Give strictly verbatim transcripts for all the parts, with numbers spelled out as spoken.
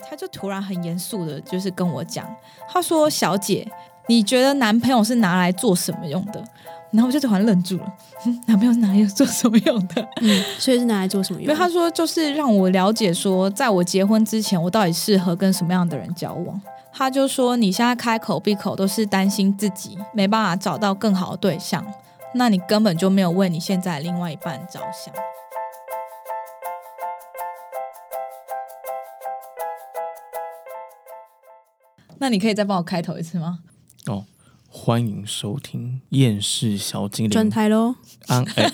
他就突然很严肃的，就是跟我讲，他说：“小姐，你觉得男朋友是拿来做什么用的？”然后我就突然愣住了，嗯、男朋友是拿来做什么用的？ 嗯，所以是拿来做什么用的？ 因为他说就是让我了解说，在我结婚之前，我到底适合跟什么样的人交往。他就说你现在开口闭口都是担心自己没办法找到更好的对象，那你根本就没有为你现在另外一半着想。那你可以再帮我开头一次吗？ 哦，欢迎收听厌世小精灵转台咯。 安哎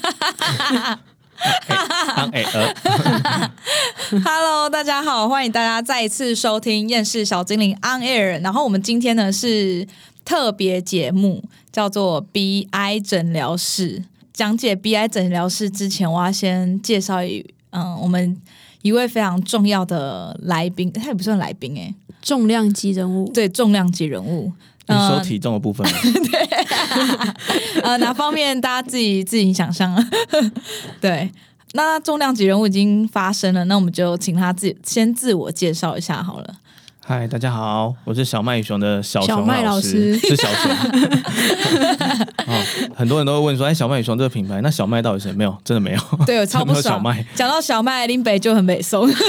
安哎呃 Hello， 大家好，欢迎大家再一次收听厌世小精灵 On Air。然后我们今天呢是特别节目，叫做 B I 诊疗室。讲解 B I 诊疗室之前，我要先介绍一嗯我们一位非常重要的来宾，他也不算来宾哎、欸， 重量级人物， 对，重量级人物。 你说体重的部分吗？ 对，呃，哪方面大家自己自己想象。对，那重量级人物已经发生了，那我们就请他自先自我介绍一下好了。 嗨，大家好，我是小麦熊的小熊小麦老师， 是小熊。哦，很多人都会问说，哎，小麦熊这个品牌，那小麦到底是谁？没有，真的没有。 对，有超不爽。 小麦讲到小麦，林北就很北宋。因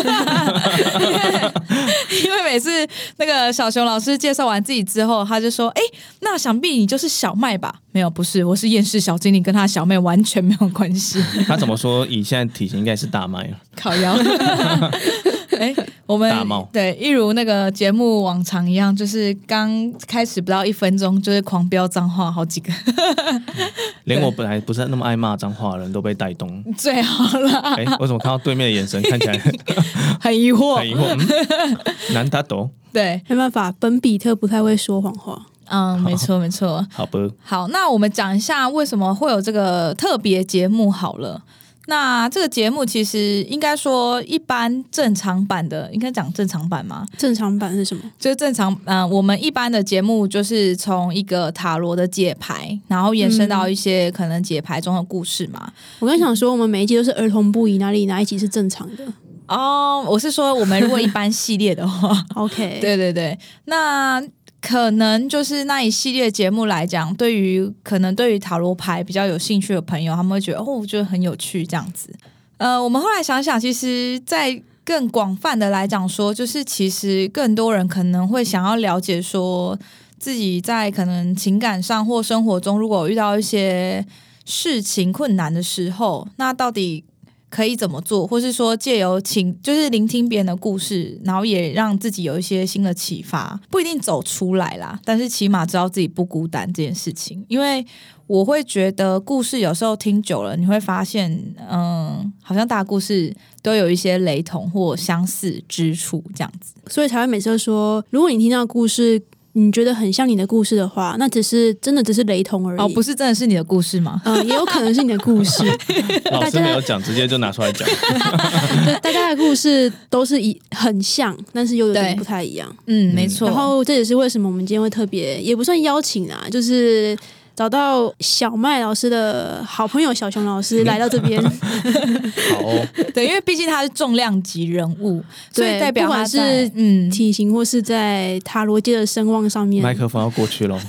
为每次那个小熊老师介绍完自己之后，他就说：“哎，那想必你就是小麦吧？”没有，不是，我是厌世小精灵，跟他小妹完全没有关系。 他怎么说？以现在体型应该是大麦了。 靠腰。哎，我们大帽对，一如那个节目往常一样，就是刚开始不到一分钟，就是狂飙脏话好几个。 连我本来不是那么爱骂脏话的人都被带动。 最好了。 哎，为什么看到对面的眼神看起来很疑惑？ 很疑惑。嗯、难打斗。 对， 没办法，本比特不太会说谎话。 嗯，没错没错。 好吧。 好，那我们讲一下为什么会有这个特别节目好了。那这个节目其实应该说一般正常版的，应该讲正常版吗？ 正常版是什么？ 就是正常，嗯、呃，我们一般的节目就是从一个塔罗的解牌，然后延伸到一些可能解牌中的故事嘛。 嗯、我刚想说，我们每一集都是儿童不宜，哪里哪一集是正常的？ 哦，我是说我们如果一般系列的话 ，OK， 对对对，那。可能就是那一系列节目来讲，对于可能对于塔罗牌比较有兴趣的朋友，他们会觉得哦，我觉得很有趣这样子。呃，我们后来想想，其实，在更广泛的来讲说，就是其实更多人可能会想要了解说，自己在可能情感上或生活中，如果遇到一些事情困难的时候，那到底可以怎么做，或是说借由请就是聆听别人的故事，然后也让自己有一些新的启发，不一定走出来啦，但是起码知道自己不孤单这件事情。因为我会觉得故事有时候听久了，你会发现嗯，好像大故事都有一些雷同或相似之处这样子， 所以才会每次都说，如果你听到故事你觉得很像你的故事的话，那只是真的只是雷同而已。 哦，不是真的是你的故事吗？ 嗯、呃，也有可能是你的故事。 老师没有讲，直接就拿出来讲。 对，大家的故事都是一很像，但是又有点不太一样。 嗯，没错。 然后这也是为什么我们今天会特别，也不算邀请啊，就是找到小麦老师的好朋友小熊老师来到这边。 好、哦， 对，因为毕竟他是重量级人物，所以代表不管是嗯体型或是在塔罗界的声望上面， 麦克风要过去咯。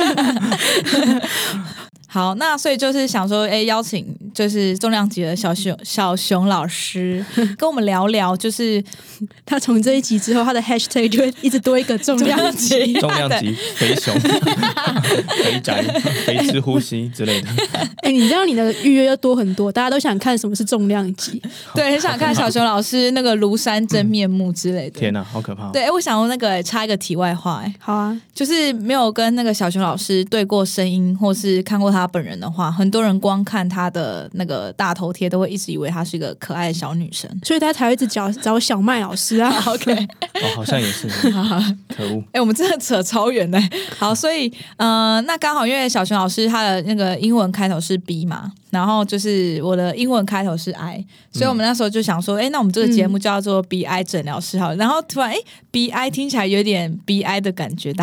好，那所以就是想说，哎，邀请就是重量级的小熊小熊老师跟我们聊聊，就是他从这一集之后，他的 hashtag 就会一直多一个重量级、 重量级肥熊、肥宅、肥之呼吸之类的。 哎、欸，你知道你的预约又多很多，大家都想看什么是重量级， 对，很想看小熊老师那个庐山真面目之类的。 天哪，好可怕、哦！ 对，我想用那个插一个题外话，哎， 好啊， 就是没有跟那个小熊老师对过声音，或是看过他本人的话，很多人光看他的那个大头贴，都会一直以为她是一个可爱的小女生， 所以他才会一直找找小麦老师啊。 OK， 哦，好像也是，可恶！ 哎、欸，我们真的扯超远的。好，所以呃，那刚好因为小熊老师他的那个英文开头是 B 嘛，然后就是我的英文开头是 I， 所以我们那时候就想说，哎、欸，那我们这个节目就叫做 B I 诊疗室好了。然后突然，哎、欸、，B I 听起来有点 B I 的感觉，大家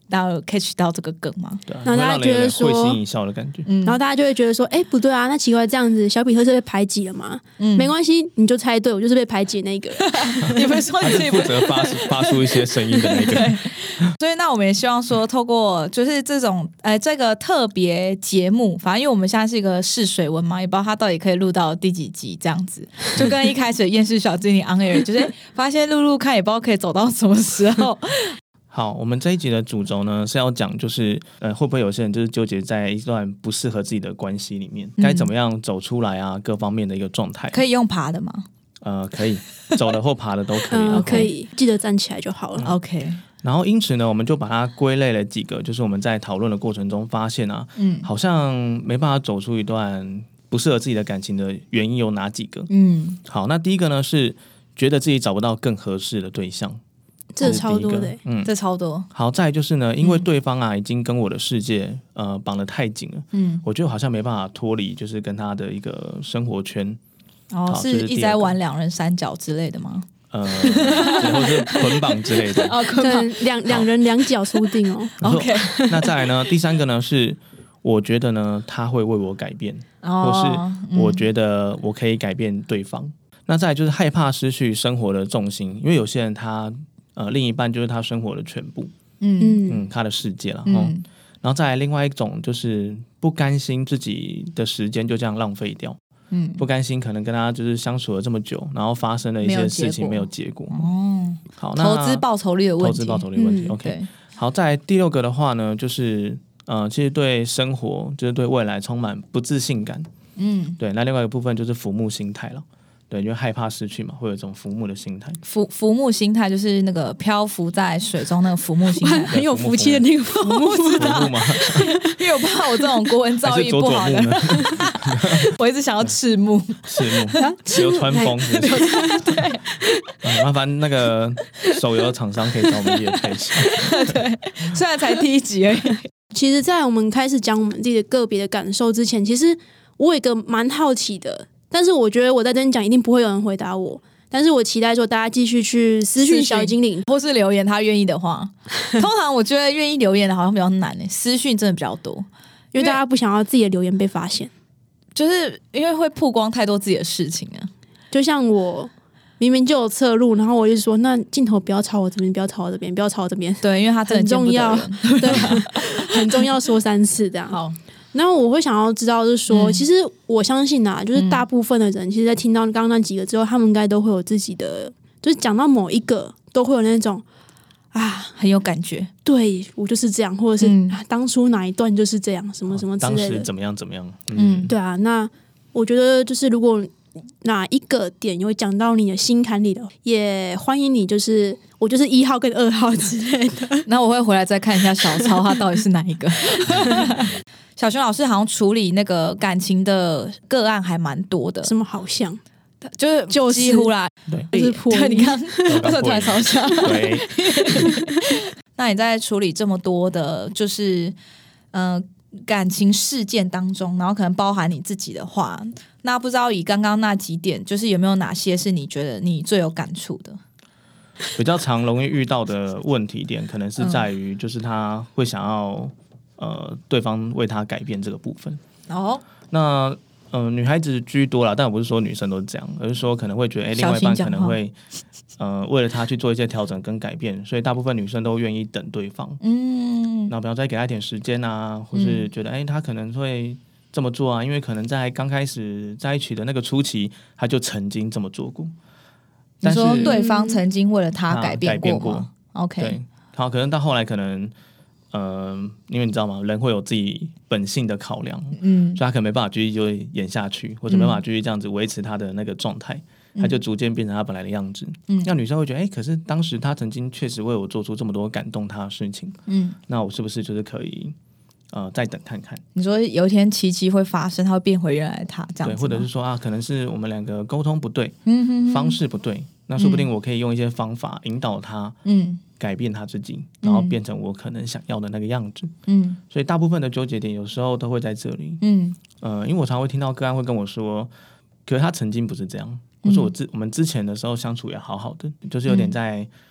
大家有 catch 到这个梗吗？ 对啊， 然后大家觉得说会让人会心一笑的感觉。 嗯， 然后大家就会觉得说，哎，不对啊，那奇怪，这样子小比特是被排挤了吗？嗯，没关系，你就猜对，我就是被排挤的那个人。 你不是说他是你自己不负责发发出一些声音的那个。 所以那我们也希望说，透过就是这种呃这个特别节目，反正因为我们现在是一个试水温嘛，也不知道它到底可以录到第几集这样子，就跟一开始的厌世小精灵 on air， 就是发现录录看也不知道可以走到什么时候。 好，我们这一集的主轴呢是要讲，就是呃，会不会有些人就是纠结在一段不适合自己的关系里面，该怎么样走出来啊？各方面的一个状态， 可以用爬的吗？ 呃，可以走的或爬的都可以， 嗯， OK 可以记得站起来就好了。 OK， 然后因此呢，我们就把它归类了几个，就是我们在讨论的过程中发现啊， 嗯好像没办法走出一段不适合自己的感情的原因有哪几个？ 嗯， 好，那第一个呢是觉得自己找不到更合适的对象， 这超多的、欸， 嗯， 这超多。 好，再来就是呢，因为对方啊已经跟我的世界呃绑得太紧了， 嗯， 我觉得好像没办法脱离，就是跟他的一个生活圈， 哦， 好这是是一直第二个在玩两人三角之类的吗？ 呃，或者是捆绑之类的。 哦， 可能两两人两脚出定哦。 OK， 那再来呢，第三个呢是我觉得呢他会为我改变， 哦， 或是我觉得我可以改变对方。嗯、那再来就是害怕失去生活的重心，因为有些人他呃另一半就是他生活的全部， 嗯嗯，他的世界了。 嗯哦，然后再来另外一种就是不甘心自己的时间就这样浪费掉。嗯，不甘心，可能跟他就是相处了这么久，然后发生了一些事情没有结果。 哦， 好，那投资报酬率的问题， 投资报酬率的问题。 嗯、 OK，好，再来第六个的话呢，就是呃，其实对生活，就是对未来充满不自信感。嗯，对。那另外一个部分就是浮木心态了。对，因为害怕失去嘛，会有一种浮木的心态。 浮浮木心态就是那个漂浮在水中那个浮木心态， 很有福气的那个浮木， 知道吗？ 因为我怕我这种国文造诣不好的，我一直想要赤木， 赤木，流川枫是不是？ 对、 嗯，麻烦那个手游厂商可以找我们业配一下。 对，虽然才第一集而已。 其实，在我们开始讲我们自己的个别的感受之前，其实我有一个蛮好奇的。但是我觉得我在这边讲一定不会有人回答我，但是我期待说大家继续去私讯小精灵或是留言，他愿意的话。通常我觉得愿意留言的好像比较难诶，私讯真的比较多， 因为大家不想要自己的留言被发现， 就是因为会曝光太多自己的事情啊。 就像我明明就有侧录，然后我就说那镜头不要朝我这边，不要朝我这边，不要朝我这边， 对，因为他真的很重要，对，很重要，说三次这样。 好。 然后我会想要知道，就是说，嗯、其实我相信啊，就是大部分的人，嗯、其实，在听到刚刚那几个之后，他们应该都会有自己的，就是讲到某一个，都会有那种啊， 很有感觉， 对我就是这样，或者是、嗯啊、当初哪一段就是这样，什么什么之类的， 当时怎么样怎么样， 嗯，嗯对啊。那我觉得，就是如果哪一个点有讲到你的心坎里的，也欢迎你，就是我就是一号跟二号之类的， 那我会回来再看一下小抄，他到底是哪一个。小熊老师好像处理那个感情的个案还蛮多的， 什么好像就是就是几乎啦， 对， 就是破。你看，为什么突然吵架？ 对。 那你在处理这么多的，就是呃感情事件当中，然后可能包含你自己的话，那不知道以刚刚那几点，就是有没有哪些是你觉得你最有感触的？ 比较常容易遇到的问题点，可能是在于，就是他会想要。呃，对方为他改变这个部分哦， 那呃，女孩子居多啦，但我不是说女生都是这样，而是说可能会觉得，哎，另外一半可能会呃，为了他去做一些调整跟改变，所以大部分女生都愿意等对方，嗯，然后比方再给他一点时间啊，或是觉得，哎，他可能会这么做啊，因为可能在刚开始在一起的那个初期，他就曾经这么做过。 你说对方曾经为了他改变过吗？ 改变过 ？OK， 对，好，可能到后来可能。呃，因为你知道吗？人会有自己本性的考量，嗯，所以他可能没办法继续就演下去，或者没办法继续这样子维持他的那个状态，嗯、他就逐渐变成他本来的样子。嗯，那女生会觉得，哎、欸，可是当时他曾经确实为我做出这么多感动他的事情，嗯，那我是不是就是可以呃再等看看？ 你说有一天奇迹会发生，他会变回原来他这样子，对， 或者是说啊，可能是我们两个沟通不对，嗯哼哼，方式不对，那说不定我可以用一些方法引导他，嗯。改变他自己，然后变成我可能想要的那个样子。嗯，所以大部分的纠结点有时候都会在这里。嗯，呃，因为我常会听到个案会跟我说，可是他曾经不是这样。我说我之我们之前的时候相处也好好的，就是有点在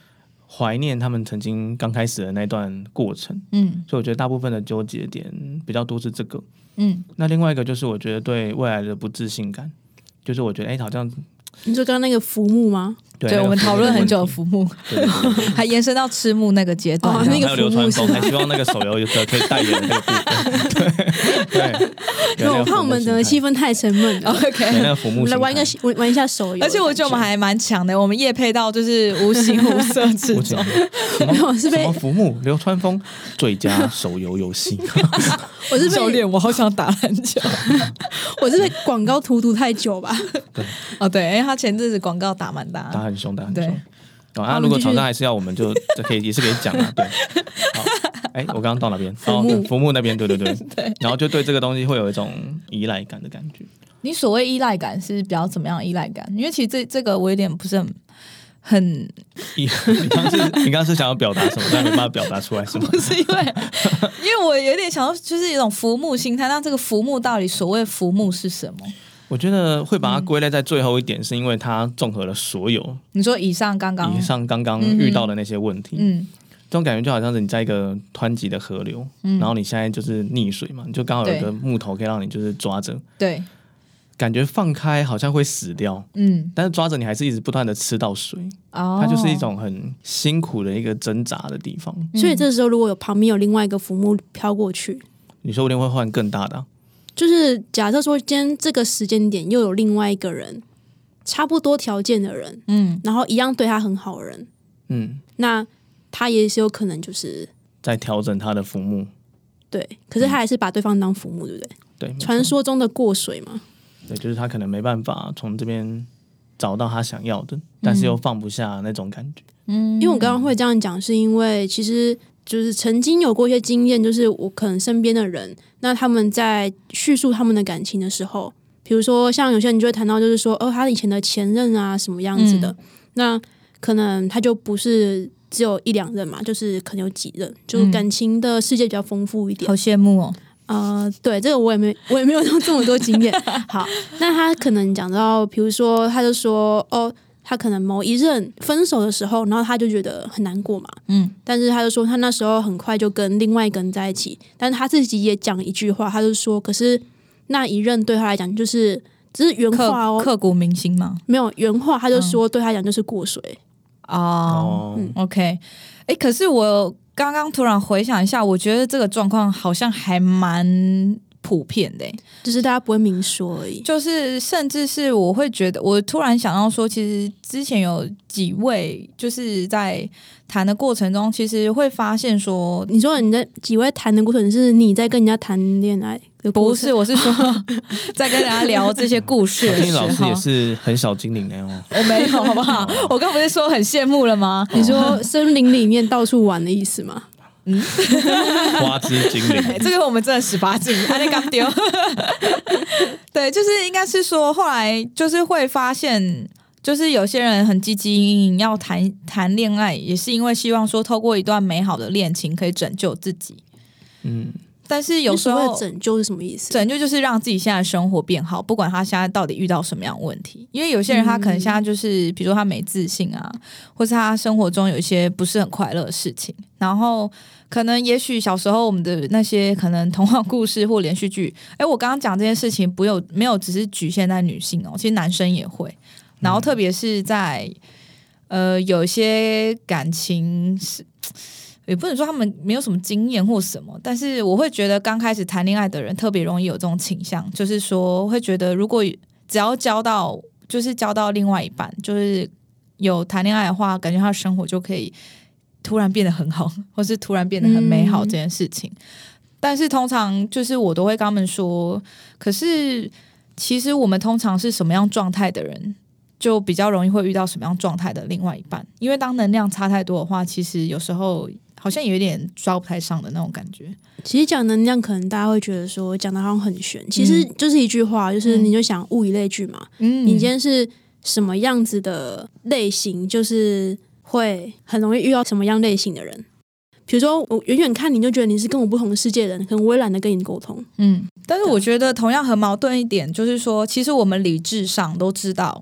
怀念他们曾经刚开始的那段过程，嗯，所以我觉得大部分的纠结点比较多是这个，嗯，那另外一个就是我觉得对未来的不自信感，就是我觉得哎、欸，好像你说刚刚那个浮木吗？ 对，对我们讨论很久的浮木，对对对还延伸到吃木那个阶段， 哦、那个还有流川枫，还希望那个手游有可以代言的那个部分，对对， 因为我怕我们的气氛太沉闷了 ，OK， 那个浮木， 来玩一个玩一下手游， 而且我觉得我们还蛮强的，我们业配到就是无形无色之中， 没有是被什么浮木流川枫最佳手游游戏， 我是被教练，我好想打篮球， 我是被广告荼毒太久吧？ 对， 哦对，因为他前阵子广告打蛮大。 打很凶，打很对凶。哦、啊，如果厂商还是要，我们就可以也是可以讲啊。对，好，哎，我刚刚到哪边？ 浮木， 哦、浮木那边，对对对。 对。 然后就对这个东西会有一种依赖感的感觉。 你所谓依赖感是比较怎么样的依赖感？因为其实这这个我有点不是很很。 你刚刚是，你刚刚是想要表达什么，但没办法表达出来，是吗？ 不是因为，因为我有点想要，就是一种浮木心态。那这个浮木到底所谓浮木是什么？ 我觉得会把它归类在最后一点，是因为它综合了所有。 你说以上刚刚以上刚刚遇到的那些问题，嗯，这种感觉就好像是你在一个湍急的河流，嗯，然后你现在就是溺水嘛，你就刚好有一个木头可以让你就是抓着， 对， 感觉放开好像会死掉，嗯，但是抓着你还是一直不断的吃到水，哦，它就是一种很辛苦的一个挣扎的地方。 所以这时候如果有旁边有另外一个浮木飘过去， 你说不定会换更大的、啊。 就是假设说今天这个时间点又有另外一个人差不多条件的人，嗯，然后一样对他很好的人，嗯，那他也是有可能就是在调整他的浮木， 对，可是他还是把对方当浮木，对不对？ 对， 传说中的过水嘛， 对，就是他可能没办法从这边找到他想要的，但是又放不下那种感觉。 嗯，因为我刚刚会这样讲，是因为其实就是曾经有过一些经验，就是我可能身边的人。那他们在叙述他们的感情的时候，比如说像有些人就会谈到，就是说哦，他以前的前任啊什么样子的，嗯、那可能他就不是只有一两任嘛，就是可能有几任，就感情的世界比较丰富一点。 好羡慕哦。 呃，对，这个我也没我也没有这么多经验。好，那他可能讲到，比如说，他就说哦。他可能某一任分手的时候，然后他就觉得很难过嘛，嗯，但是他就说他那时候很快就跟另外一个人在一起，但是他自己也讲一句话，他就说，可是那一任对他来讲就是只是原话哦， 刻骨铭心吗？ 没有原话，他就说对他来讲就是过水哦、嗯、，OK， 哎、欸，可是我刚刚突然回想一下，我觉得这个状况好像还蛮普遍的、欸， 就是大家不会明说而已。 就是甚至是我会觉得，我突然想到说，其实之前有几位就是在谈的过程中，其实会发现说， 你说你在几位谈的过程是你在跟人家谈恋爱的过程？ 不是，我是说在跟人家聊这些故事的时候。 老师也是很小精灵的哦。 我没有，好不好？我刚不是说很羡慕了吗？ 你说森林里面到处玩的意思吗？ 嗯， 花枝精灵、欸， 这个我们真的十八禁，安利刚丢。对，就是应该是说，后来就是会发现，就是有些人很积极营营要谈谈恋爱，也是因为希望说，透过一段美好的恋情可以拯救自己。嗯。但是有时候拯救是什么意思？ 拯救就是让自己现在生活变好，不管他现在到底遇到什么样的问题。因为有些人他可能现在就是，比如说他没自信啊，或是他生活中有一些不是很快乐的事情，然后可能也许小时候我们的那些可能童话故事或连续剧，哎，我刚刚讲这件事情不有没有只是局限在女性哦，其实男生也会。然后特别是在呃有一些感情是。也不能说他们没有什么经验或什么，但是我会觉得刚开始谈恋爱的人特别容易有这种倾向，就是说会觉得如果只要交到就是交到另外一半，就是有谈恋爱的话，感觉他的生活就可以突然变得很好，或是突然变得很美好这件事情。嗯、但是通常就是我都会跟他们说，可是其实我们通常是什么样状态的人，就比较容易会遇到什么样状态的另外一半，因为当能量差太多的话，其实有时候好像有一点抓不太上的那种感觉。 其实讲能量，可能大家会觉得说讲的好像很玄，其实就是一句话，就是你就想物以类聚嘛。嗯，你今天是什么样子的类型，就是会很容易遇到什么样类型的人。比如说我远远看你就觉得你是跟我不同世界的人，可能我也懒得跟你沟通。嗯， 但是我觉得同样很矛盾一点，就是说其实我们理智上都知道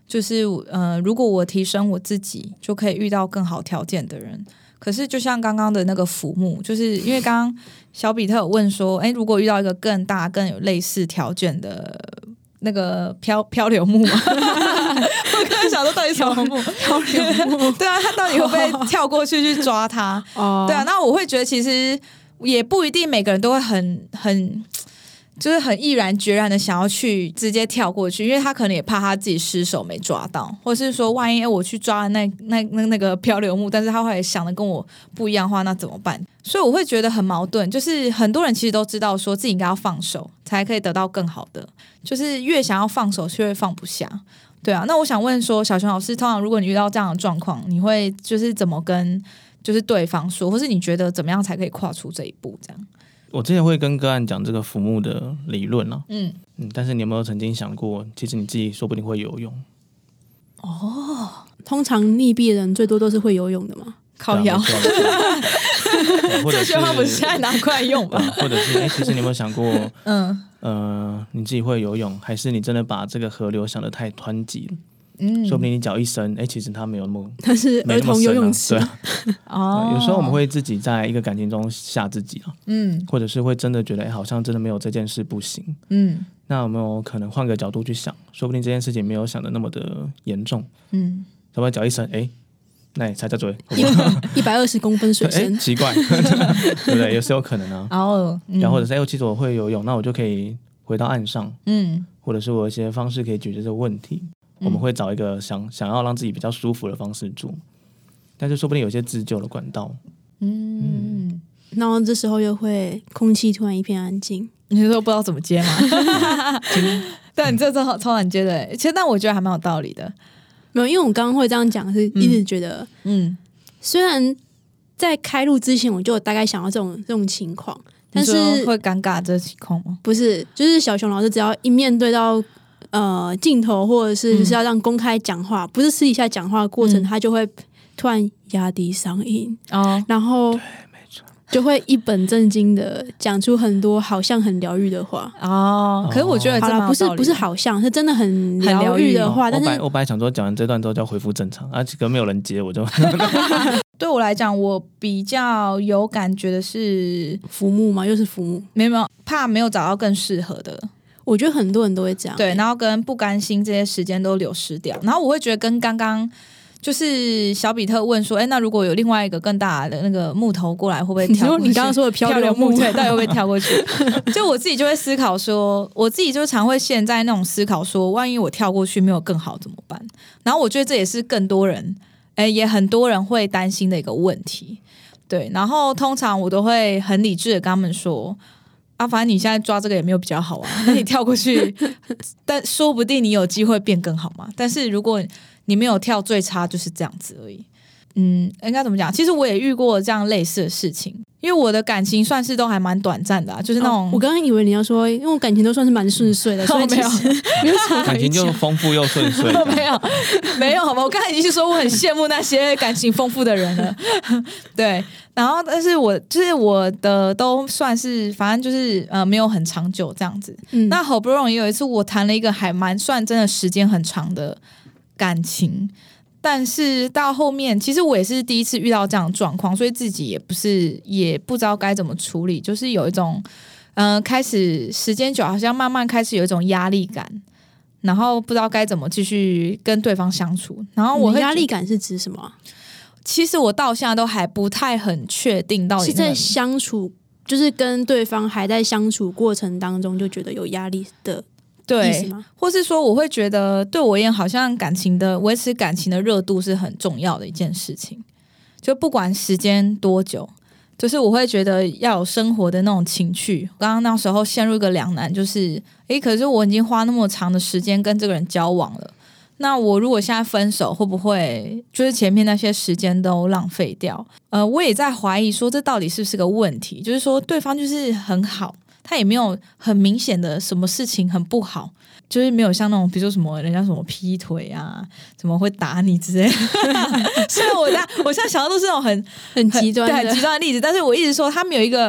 就是呃，如果我提升我自己，就可以遇到更好条件的人。可是就像刚刚的那个浮木，就是因为刚刚小比特有问说，哎，如果遇到一个更大、更有类似条件的那个漂漂流木嘛，我刚才想说到底什么木？ 漂流木， 对啊，他到底会不会跳过去去抓它？哦，对啊，那我会觉得其实也不一定每个人都会很很。就是很毅然决然的想要去直接跳过去，因为他可能也怕他自己失手没抓到，或是说万一我去抓那那那那个漂流木，但是他会想的跟我不一样的话，那怎么办？所以我会觉得很矛盾，就是很多人其实都知道说自己应该要放手才可以得到更好的，就是越想要放手却会放不下。对啊，那我想问说，小熊老师，通常如果你遇到这样的状况，你会就是怎么跟就是对方说，或是你觉得怎么样才可以跨出这一步？这样。 我之前会跟个案讲这个浮木的理论啊， 嗯嗯，但是你有没有曾经想过，其实你自己说不定会游泳？ 哦，通常溺毙的人最多都是会游泳的嘛， 靠腰。 或者是这句话不是现在拿过来用吧？ 或者是哎，其实你有没有想过，嗯呃，你自己会游泳，还是你真的把这个河流想得太湍急了？嗯，说不定你脚一伸，哎，其实它没有那么， 它是儿童游泳池。 对啊，哦，有时候我们会自己在一个感情中吓自己啊，嗯，或者是会真的觉得，哎，好像真的没有这件事不行，嗯，那有没有可能换个角度去想，说不定这件事情没有想的那么的严重，嗯，要不然脚一伸，哎，那踩在嘴， 一百二十公分水深， 奇怪，对不对？也是有可能啊， 哦， 嗯，然后或者是哎，其实我会游泳，那我就可以回到岸上，嗯，或者是我有一些方式可以解决这个问题。我们会找一个想想要让自己比较舒服的方式做，但是说不定有些自救的管道。 嗯，嗯，然后这时候又会空气突然一片安静， 你说不知道怎么接吗？对，你这超超难接的，其实但我觉得还蛮有道理的。 没有，因为我刚刚会这样讲，是一直觉得，嗯，虽然在开录之前我就大概想到这种这种情况，但是会尴尬这情况吗？ 不是，就是小熊老师只要一面对到。呃，镜头或者是就是要让公开讲话，嗯、不是私底下讲话的过程，嗯、他就会突然压低嗓音，哦，然后就会一本正经的讲出很多好像很疗愈的话哦。可是我觉得好了，不是不是好像是真的很疗愈的话， 哦、 但是我本来我本来想说讲完这段之后就要恢复正常，啊，这个没有人接，我就对我来讲，我比较有感觉的是浮木嘛，又是浮木， 没有没有，怕没有找到更适合的。 我觉得很多人都会这样， 对，然后跟不甘心这些时间都流失掉，然后我会觉得跟刚刚就是小比特问说，哎，那如果有另外一个更大的那个木头过来，会不会跳过去？ 你刚刚说的漂流木， 对，到底会不会跳过去？就我自己就会思考说，我自己就常会陷在那种思考说，万一我跳过去没有更好怎么办？然后我觉得这也是更多人，哎，也很多人会担心的一个问题。对，然后通常我都会很理智的跟他们说。啊，反正你现在抓这个也没有比较好啊，那你跳过去，但说不定你有机会变更好嘛。但是如果你没有跳，最差就是这样子而已。嗯，应该怎么讲？其实我也遇过这样类似的事情，因为我的感情算是都还蛮短暂的、啊，就是那种、 哦、我刚刚以为你要说，因为我感情都算是蛮顺遂的， 嗯、 所以没有没有什么感情就丰富又顺遂。 没有没有，好吗？我刚才已经是说我很羡慕那些感情丰富的人了，对。然后，但是我就是我的都算是，反正就是呃没有很长久这样子。嗯、那好不容易有一次，我谈了一个还蛮算真的时间很长的感情。但是到后面，其实我也是第一次遇到这样的状况，所以自己也不是也不知道该怎么处理，就是有一种，嗯、呃，开始时间久，好像慢慢开始有一种压力感，然后不知道该怎么继续跟对方相处。然后我压力感是指什么？ 其实我到现在都还不太很确定到底是在相处，就是跟对方还在相处过程当中就觉得有压力的。 对，或是说我会觉得对我而言好像感情的维持感情的热度是很重要的一件事情，就不管时间多久，就是我会觉得要有生活的那种情趣。刚刚那时候陷入一个两难，就是诶，可是我已经花那么长的时间跟这个人交往了，那我如果现在分手会不会就是前面那些时间都浪费掉？呃，我也在怀疑说这到底是不是个问题，就是说对方就是很好，他也没有很明显的什么事情很不好，就是没有像那种比如说什么人家什么劈腿啊，什么会打你之类的。虽然我在我现在想到都是那种很很极端的对极端的例子，但是我一直说他们有一个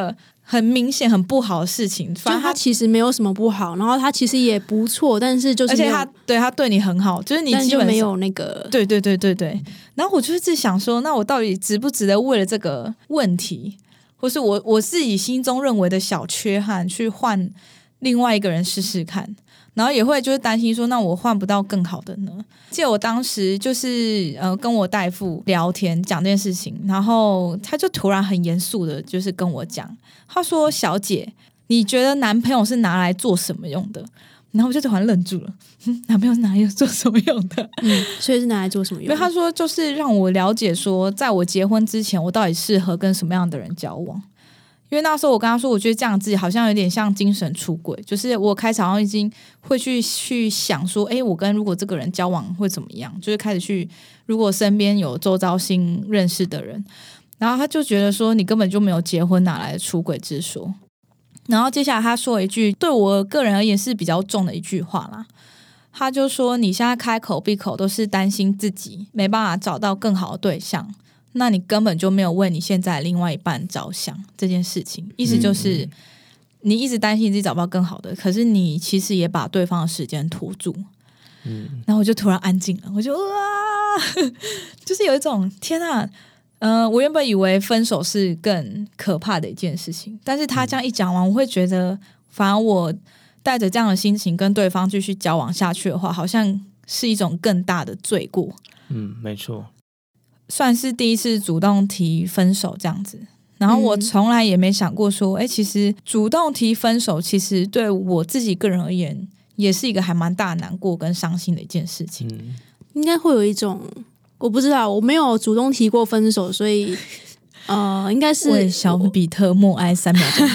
很明显很不好的事情，反正他其实没有什么不好，然后他其实也不错，但是就是而且他对他对你很好，就是你基本上没有那个对对对对对。然后我就是想说，那我到底值不值得为了这个问题，或是我我自己心中认为的小缺憾去换另外一个人试试看？然后也会就是担心说，那我换不到更好的呢？记得我当时就是呃跟我代父聊天讲这件事情，然后他就突然很严肃的，就是跟我讲，他说：“小姐，你觉得男朋友是拿来做什么用的？”然后我就突然愣住了，嗯、男朋友是拿来做什么用的？ 嗯，所以是拿来做什么用的？ 因为他说就是让我了解说，在我结婚之前，我到底适合跟什么样的人交往。因为那时候我跟他说，我觉得这样自己好像有点像精神出轨，就是我开始好像已经会去去想说，哎，我跟如果这个人交往会怎么样？就是开始去，如果身边有周遭新认识的人，然后他就觉得说，你根本就没有结婚，哪来的出轨之说？然后接下来他说了一句对我个人而言是比较重的一句话啦，他就说，你现在开口闭口都是担心自己没办法找到更好的对象。那你根本就没有为你现在另外一半着想这件事情，意思就是你一直担心自己找不到更好的，可是你其实也把对方的时间拖住。嗯，然后我就突然安静了，我就哇，就是有一种天啊，呃，我原本以为分手是更可怕的一件事情，但是他这样一讲完，我会觉得，反而我带着这样的心情跟对方继续交往下去的话，好像是一种更大的罪过。 嗯，没错。 算是第一次主动提分手这样子，然后我从来也没想过说，哎、嗯，其实主动提分手，其实对我自己个人而言，也是一个还蛮大难过跟伤心的一件事情。 嗯， 应该会有一种，我不知道，我没有主动提过分手，所以呃，应该是为小比特默哀三秒钟。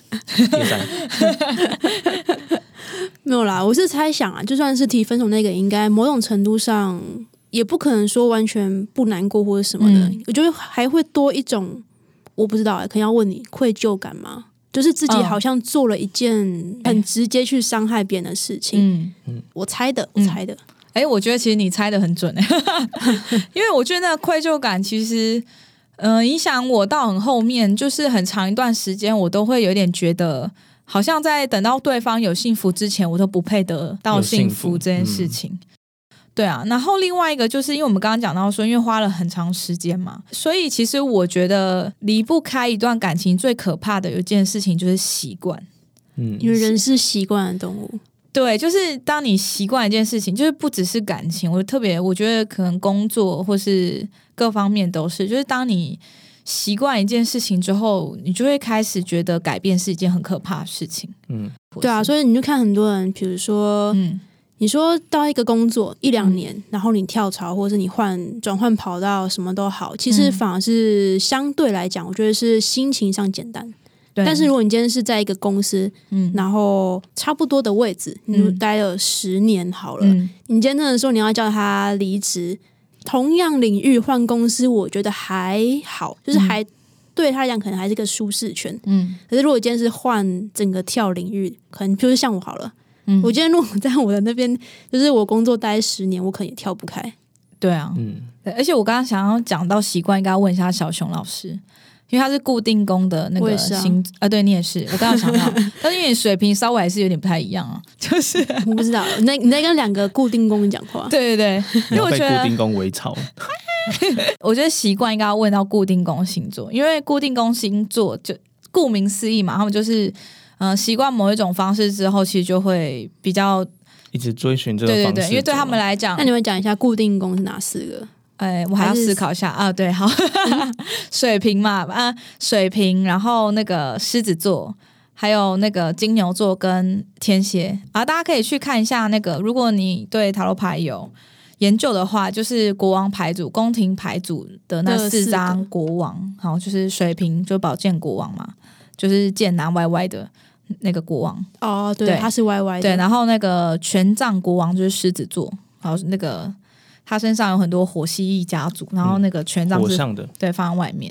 没有啦，我是猜想啊，就算是提分手那个，应该某种程度上。也不可能说完全不难过或者什么的、嗯、我觉得还会多一种我不知道、欸、可能要问你愧疚感吗？就是自己好像做了一件很直接去伤害别人的事情。嗯，我猜的我猜的、嗯欸、我觉得其实你猜的很准、欸、因为我觉得那个愧疚感其实呃，影响我到很后面，就是很长一段时间我都会有点觉得好像在等到对方有幸福之前，我都不配得到幸福这件事情。对啊，然后另外一个就是因为我们刚刚讲到说，因为花了很长时间嘛，所以其实我觉得离不开一段感情最可怕的有一件事情就是习惯。 嗯， 因为人是习惯的动物。 对，就是当你习惯一件事情，就是不只是感情，我特别我觉得可能工作或是各方面都是，就是当你习惯一件事情之后，你就会开始觉得改变是一件很可怕的事情。 嗯， 对啊，所以你就看很多人，比如说，嗯。你说到一个工作一两年、嗯、然后你跳槽或者是你换转换跑道什么都好，其实反而是相对来讲我觉得是心情上简单。但是如果你今天是在一个公司、嗯、然后差不多的位置你待了十年好了、嗯、你今天真的说你要叫他离职，同样领域换公司我觉得还好，就是还、嗯、对他来讲可能还是个舒适圈。嗯，可是如果今天是换整个跳领域，可能就是像我好了，嗯，我今天如果在我的那边，就是我工作待十年，我可能也跳不开。 对啊，嗯，而且我刚刚想要讲到习惯，应该要问一下小熊老师，因为他是固定工的那个星啊, 啊，对你也是，我刚刚想到，但是因为你水平稍微还是有点不太一样啊，就是我不知道，你在你在跟两个固定工讲话， 对对对，因为我觉得被固定工围巢。 我觉得习惯应该要问到固定工星座，因为固定工星座就顾名思义嘛，他们就是呃习惯某一种方式之后，其实就会比较一直追寻这个方式。 对对对，因为对他们来讲， 那你们讲一下固定工是哪四个？ 哎，我还要思考一下啊。对，好，水瓶嘛，啊，水瓶，然后那个狮子座，还有那个金牛座跟天蝎啊，大家可以去看一下那个，如果你对塔罗牌有研究的话，就是国王牌组、宫廷牌组的那四张国王，好，就是水瓶就宝剑国王嘛，就是剑拿歪歪的那个国王。 哦，对，他是歪歪的。 对，然后那个权杖国王就是狮子座，好，那个他身上有很多火蜥蜴家族，然后那个权杖是、 嗯、火象的， 对，放在外面。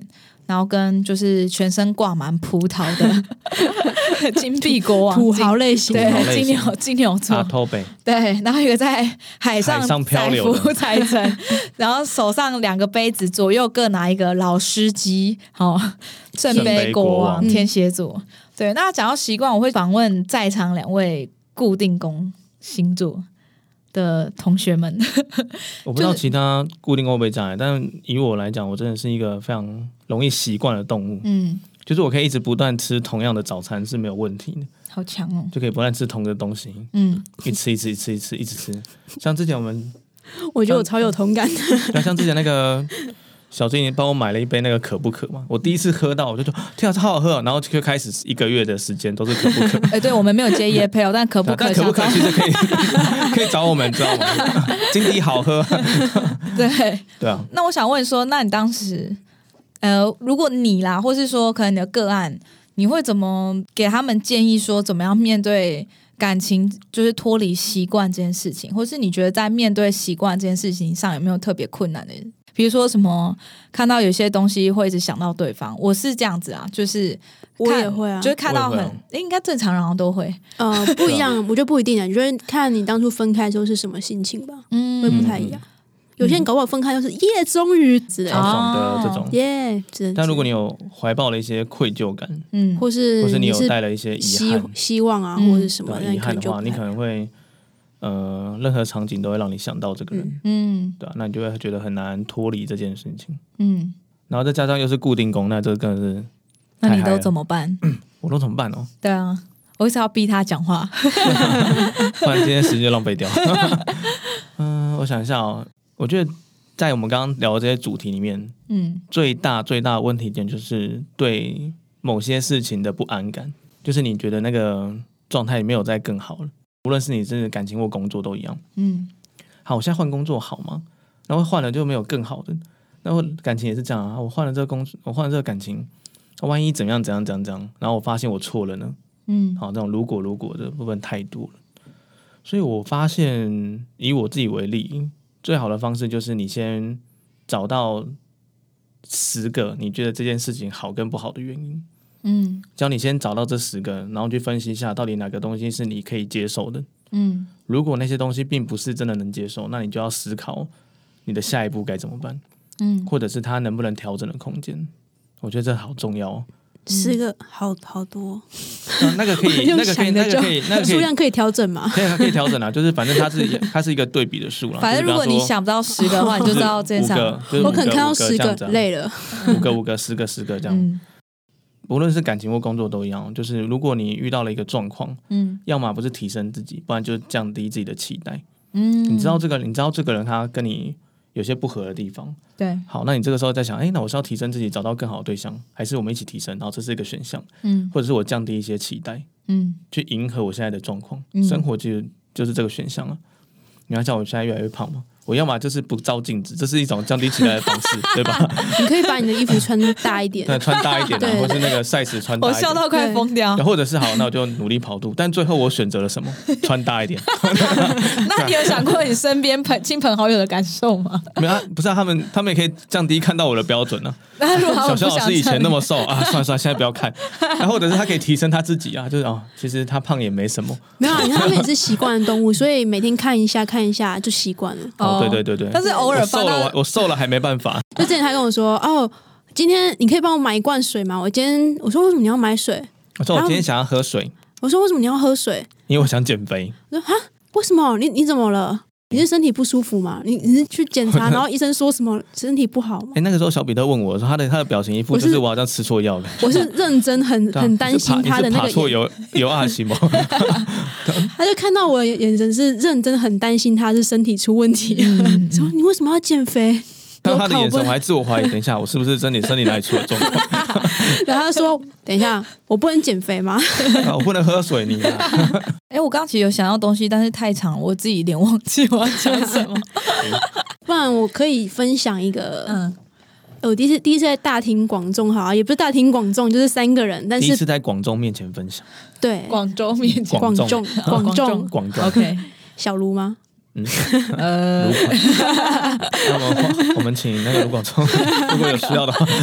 然后跟就是全身挂满葡萄的金币国王， 土豪类型， 对，金牛金牛座， 阿托北， 对，然后一个在海上海上漂流的财神，然后手上两个杯子，左右各拿一个老司机，好、哦，圣杯国王，天蝎座。对，那讲到习惯，我会访问在场两位固定宫星座的同学们。 我不知道其他固定宫会不会这样，但以我来讲，我真的是一个非常容易习惯的动物。嗯，就是我可以一直不断吃同样的早餐是没有问题的。 好强哦！ 就可以不断吃同个东西，嗯，一吃一吃一吃一吃一直吃。像之前我们， 我觉得我超有同感的。 像之前那个小精灵帮我买了一杯那个可不可嘛，我第一次喝到我就说天啊，这好好喝、哦，然后就开始一个月的时间都是可不可。 哎、欸，对我们没有接业配哦，但可不可但可不可其实可以可以找我们，知道吗？金迪好喝。 对对啊。 那我想问说，那你当时，呃，如果你啦，或是说可能你的个案，你会怎么给他们建议说，怎么样面对感情，就是脱离习惯这件事情，或是你觉得在面对习惯这件事情上有没有特别困难的？比如说什么看到有些东西会一直想到对方，我是这样子啊，就是我也会啊， 就是看到很、啊、应该正常人好像都会， 呃，不一样，我觉得不一定啊，你觉得看你当初分开之后是什么心情吧，嗯，会不太一样。嗯，有些人搞不好分开就是耶，终于之类的， 超爽的这种耶。 但如果你有怀抱了一些愧疚感， 嗯，或是或是你有带了一些遗憾、 希望啊，或者什么遗憾的话，你可能会呃，任何场景都会让你想到这个人，嗯，对啊，那你就会觉得很难脱离这件事情，嗯，然后再加上又是固定宫，那这个真的是， 那你都怎么办？ 我都怎么办哦？ 对啊，我一直要逼他讲话， 不然今天时间就浪费掉。嗯，我想一下哦。我觉得在我们刚刚聊的这些主题里面，嗯，最大最大的问题点就是对某些事情的不安感，就是你觉得那个状态没有再更好了，无论是你真的感情或工作都一样。嗯，好，我现在换工作好吗？然后换了就没有更好的，然后感情也是这样啊，我换了这个工作，我换了这个感情，万一怎样怎样怎样怎样，然后我发现我错了呢？嗯，好，这种如果如果的部分太多了，所以我发现以我自己为例。最好的方式就是你先找到十个你觉得这件事情好跟不好的原因，嗯，只要你先找到这十个，然后去分析一下到底哪个东西是你可以接受的，嗯，如果那些东西并不是真的能接受，那你就要思考你的下一步该怎么办，嗯，或者是它能不能调整的空间，我觉得这好重要哦。 十个好好多、 啊，那个可以，那个可以，那个可以，那个数量可以调整嘛？ 可以，可以调整啊。就是反正它是它是一个对比的数啦。 反正如果你想不到十个的话，你就知道这场。 就是我可能看到十个累了， 五个五个十个十个这样。嗯、无论是感情或工作都一样，就是如果你遇到了一个状况，嗯，要么不是提升自己，不然就降低自己的期待。嗯，你知道这个，你知道这个人他跟你有些不合的地方， 对， 好，那你这个时候在想，哎，那我是要提升自己，找到更好的对象，还是我们一起提升？然后这是一个选项，嗯，或者是我降低一些期待，嗯，去迎合我现在的状况，嗯、生活就就是这个选项了。你要叫我现在越来越胖吗？我要么就是不照镜子，这是一种降低期待的方式，对吧？ 你可以把你的衣服穿大一点， 对，穿大一点、啊，或是那个 size 穿大一点。 我笑到快疯掉。 或者是好，那我就努力跑步，但最后我选择了什么？穿大一点。 那你有想过你身边朋亲朋好友的感受吗？ 没有、啊，不是、啊、他们，他们也可以降低看到我的标准呢、 啊。 小肖老师以前那么瘦啊，算了算了，现在不要看。然后或者是他可以提升他自己啊，就是哦，其实他胖也没什么。 没有、啊，他们也是习惯的动物，所以每天看一下看一下就习惯了。 哦，对对对对。 但是偶尔我瘦了我，我瘦了还没办法。 就之前他跟我说，哦，今天你可以帮我买一罐水吗？我今天我说为什么你要买水？ 我说我今天想要喝水。 我说为什么你要喝水？ 因为我想减肥。 我说哈，为什么？你你怎么了？你是身体不舒服吗？你你是去检查，然后医生说什么身体不好吗？ 哎、欸，那个时候小彼得问我说，他的他的表情一副就是我好像吃错药了。 我是认真很很担心他的那个。 爬错有有阿西吗？ 他就看到我的眼神是认真很担心他是身体出问题，嗯、说你为什么要减肥？ 看到他的眼神，我还自我怀疑，等一下我是不是真的身体哪里出了状况？ 然后他说：“等一下，我不能减肥吗？ 我不能喝水泥啊！” 哎、欸，我刚刚其实有想到东西，但是太长，我自己有点忘记我要讲什么。 不然我可以分享一个，嗯，我第一次第一次在大庭广众，好，也不是大庭广众，就是三个人，但是第一次在广众面前分享， 对， 广州面前， 广众，广众， 广众 ，OK， 小卢吗？ 嗯，呃，那么我们请那个卢广仲，如果有需要的话，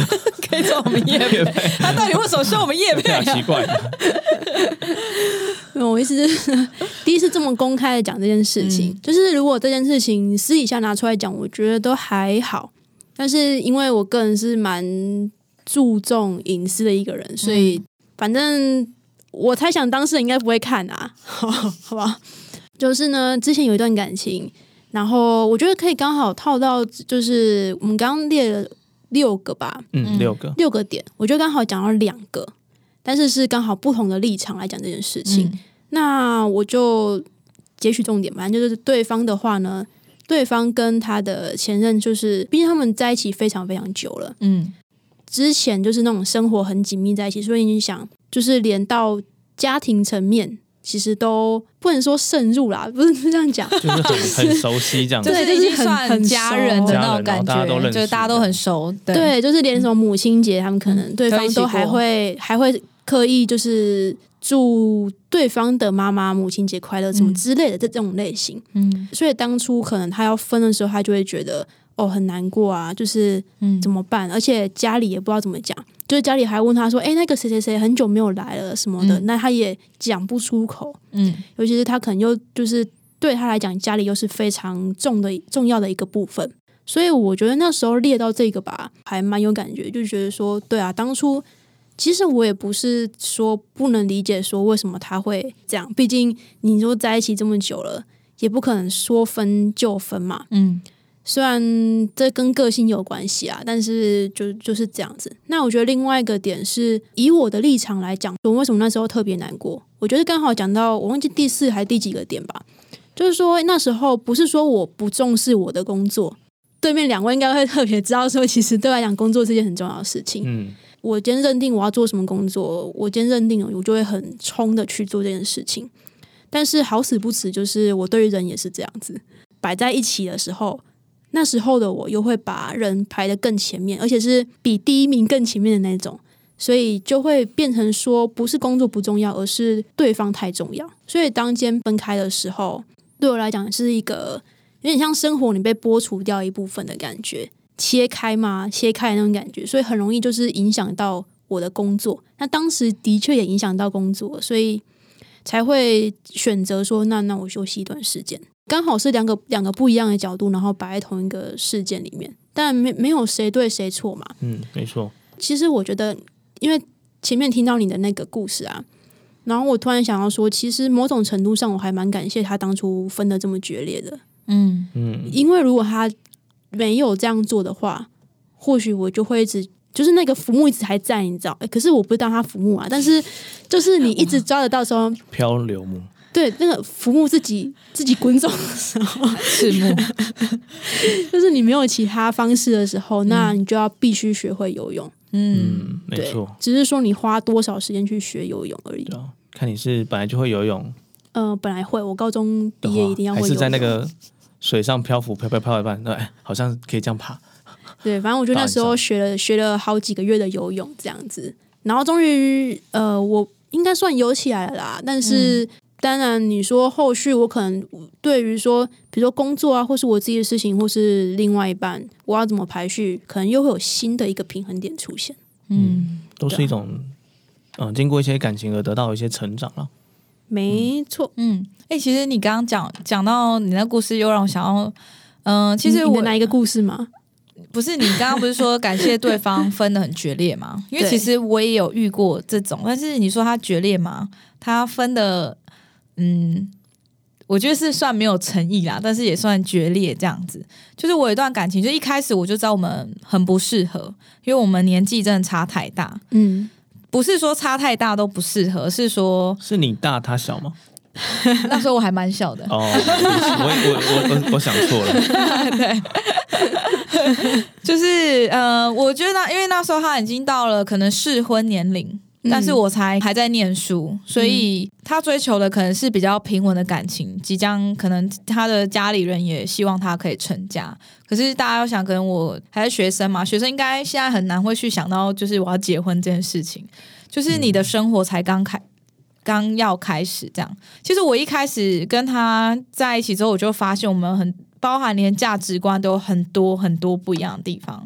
可以做我们业配，他到底为什么说我们业配、啊？ 奇怪的。 我意思是第一次这么公开的讲这件事情、嗯、就是如果这件事情私底下拿出来讲我觉得都还好，但是因为我个人是蛮注重隐私的一个人，所以反正我猜想当事人应该不会看啊好不好？就是呢之前有一段感情，然后我觉得可以刚好套到就是我们刚刚列了六个吧， 嗯，六个六个点，我觉得刚好讲到两个，但是是刚好不同的立场来讲这件事情、嗯、那我就截取重点，反正就是对方的话呢，对方跟他的前任就是毕竟他们在一起非常非常久了，嗯，之前就是那种生活很紧密在一起，所以你想就是连到家庭层面其实都不能说渗入啦，不是这样讲， 就是很很熟悉这样子， 对，就是算家人的那种感觉，就是大家都很熟， 对, 对，就是连什么母亲节他们可能对方都还会还会刻意就是祝对方的妈妈母亲节快乐什么之类的这种类型，嗯，所以当初可能他要分的时候他就会觉得哦很难过啊，就是怎么办、嗯、而且家里也不知道怎么讲，就是家里还问他说哎、欸，那个谁谁谁很久没有来了什么的、嗯、那他也讲不出口，嗯，尤其是他可能又就是对他来讲家里又是非常重的重要的一个部分，所以我觉得那时候列到这个吧还蛮有感觉，就觉得说对啊，当初其实我也不是说不能理解说为什么他会这样，毕竟你说在一起这么久了也不可能说分就分嘛，嗯，虽然这跟个性有关系啊，但是就就是这样子。那我觉得另外一个点是以我的立场来讲，我为什么那时候特别难过，我觉得刚好讲到我忘记第四还第几个点吧，就是说那时候不是说我不重视我的工作，对面两位应该会特别知道说其实对我来讲工作是一件很重要的事情，嗯，我今天认定我要做什么工作，我今天认定了我就会很冲的去做这件事情，但是好死不死就是我对于人也是这样子，摆在一起的时候那时候的我又会把人排得更前面，而且是比第一名更前面的那种，所以就会变成说不是工作不重要，而是对方太重要。所以当间分开的时候对我来讲是一个有点像生活你被剥除掉一部分的感觉，切开嘛，切开的那种感觉，所以很容易就是影响到我的工作，那当时的确也影响到工作，所以才会选择说那那我休息一段时间，刚好是两个两个不一样的角度，然后摆在同一个事件里面，但没没有谁对谁错嘛。 嗯，没错。 其实我觉得，因为前面听到你的那个故事啊，然后我突然想要说，其实某种程度上我还蛮感谢他当初分得这么决裂的。嗯嗯，因为如果他没有这样做的话，或许我就会一直就是那个浮木一直还在，你知道？可是我不是当他浮木啊，但是就是你一直抓得到时候漂流木。 对，那个浮木自己自己滚走的时候， 赤木， 就是你没有其他方式的时候，那你就要必须学会游泳。 嗯，没错， 只是说你花多少时间去学游泳而已。 对啊，看你是本来就会游泳， 呃，本来会，我高中毕业一定要会游泳， 还是在那个水上漂浮，漂漂漂一半，对，好像可以这样爬。 对，反正我觉得那时候学了学了好几个月的游泳这样子，然后终于呃，我应该算游起来了啦，但是。嗯当然你说后续我可能对于说比如说工作啊或是我自己的事情或是另外一半我要怎么排序可能又会有新的一个平衡点出现。 嗯，都是一种、呃、经过一些感情而得到一些成长了。 没错。 嗯，哎、欸，其实你刚刚讲讲到你那故事又让我想要嗯、呃，其实我你的哪一个故事吗？ 不是，你刚刚不是说感谢对方分得很决裂吗？因为其实我也有遇过这种，但是你说他决裂吗？他分的嗯，我觉得是算没有诚意啦，但是也算决裂这样子。就是我有一段感情，就一开始我就知道我们很不适合，因为我们年纪真的差太大。嗯，不是说差太大都不适合，是说是你大他小吗？ 那时候我还蛮小的。 哦，我我我我我想错了。 对，就是呃，我觉得那因为那时候他已经到了可能适婚年龄。但是我才还在念书，所以他追求的可能是比较平稳的感情，即将可能他的家里人也希望他可以成家。可是大家要想，可能我还是学生嘛，学生应该现在很难会去想到就是我要结婚这件事情，就是你的生活才刚开刚要开始这样。其实我一开始跟他在一起之后，我就发现我们很包含连价值观都有很多很多不一样的地方。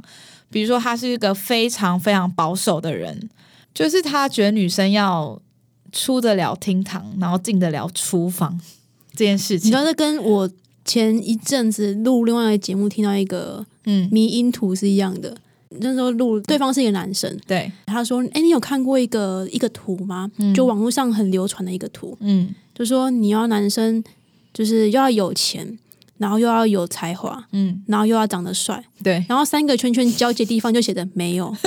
比如说他是一个非常非常保守的人，就是他觉得女生要出得了厅堂，然后进得了厨房这件事情。 你知道这跟我前一阵子录另外一个节目听到一个嗯迷因图是一样的。那时候录对方是一个男生， 对， 他说：“哎、欸，你有看过一个一个图吗？嗯、就网络上很流传的一个图，嗯，就说你要男生就是又要有钱，然后又要有才华，嗯，然后又要长得帅， 对， 然后三个圈圈交接地方就写的没有。